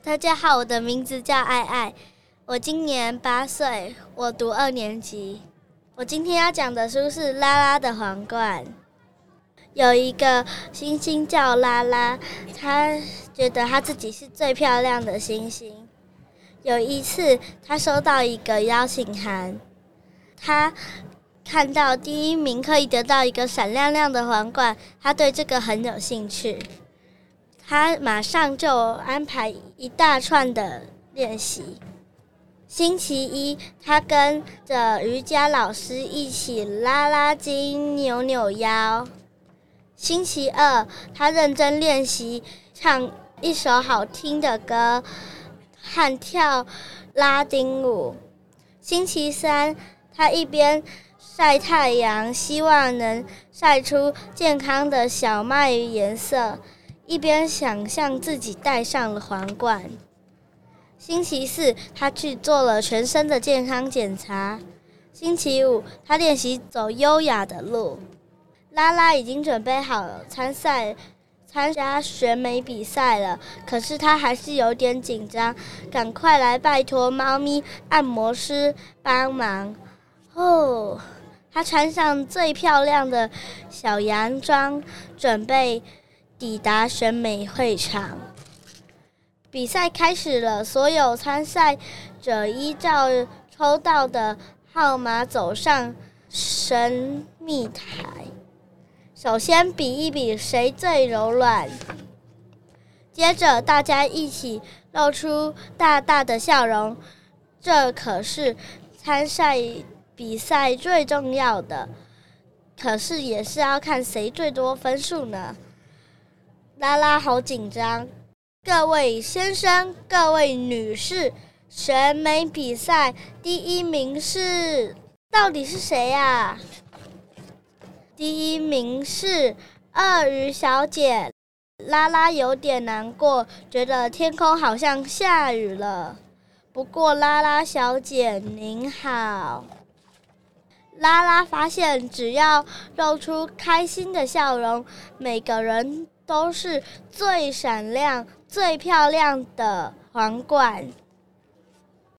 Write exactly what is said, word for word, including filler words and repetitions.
大家好，我的名字叫爱爱，我今年八岁，我读二年级。我今天要讲的书是拉拉的皇冠。有一个星星叫拉拉，她觉得她自己是最漂亮的星星。有一次，她收到一个邀请函，她看到第一名可以得到一个闪亮亮的皇冠，她对这个很有兴趣。他马上就安排一大串的练习。星期一，他跟着瑜伽老师一起拉拉筋、扭扭腰。星期二，他认真练习唱一首好听的歌和跳拉丁舞。星期三，他一边晒太阳，希望能晒出健康的小麦颜色，一边想象自己戴上了皇冠。星期四，他去做了全身的健康检查。星期五，他练习走优雅的路。拉拉已经准备好了参赛参加选美比赛了，可是他还是有点紧张，赶快来拜托猫咪按摩师帮忙。哦，他穿上最漂亮的小洋装，准备抵达选美会场。比赛开始了，所有参赛者依照抽到的号码走上神秘台。首先比一比谁最柔软，接着大家一起露出大大的笑容，这可是参赛比赛最重要的，可是也是要看谁最多分数呢。拉拉好紧张，各位先生，各位女士，选美比赛第一名是，到底是谁呀？第一名是鳄鱼小姐。拉拉有点难过，觉得天空好像下雨了。不过拉拉小姐您好。拉拉发现只要露出开心的笑容，每个人都是最闪亮、最漂亮的皇冠。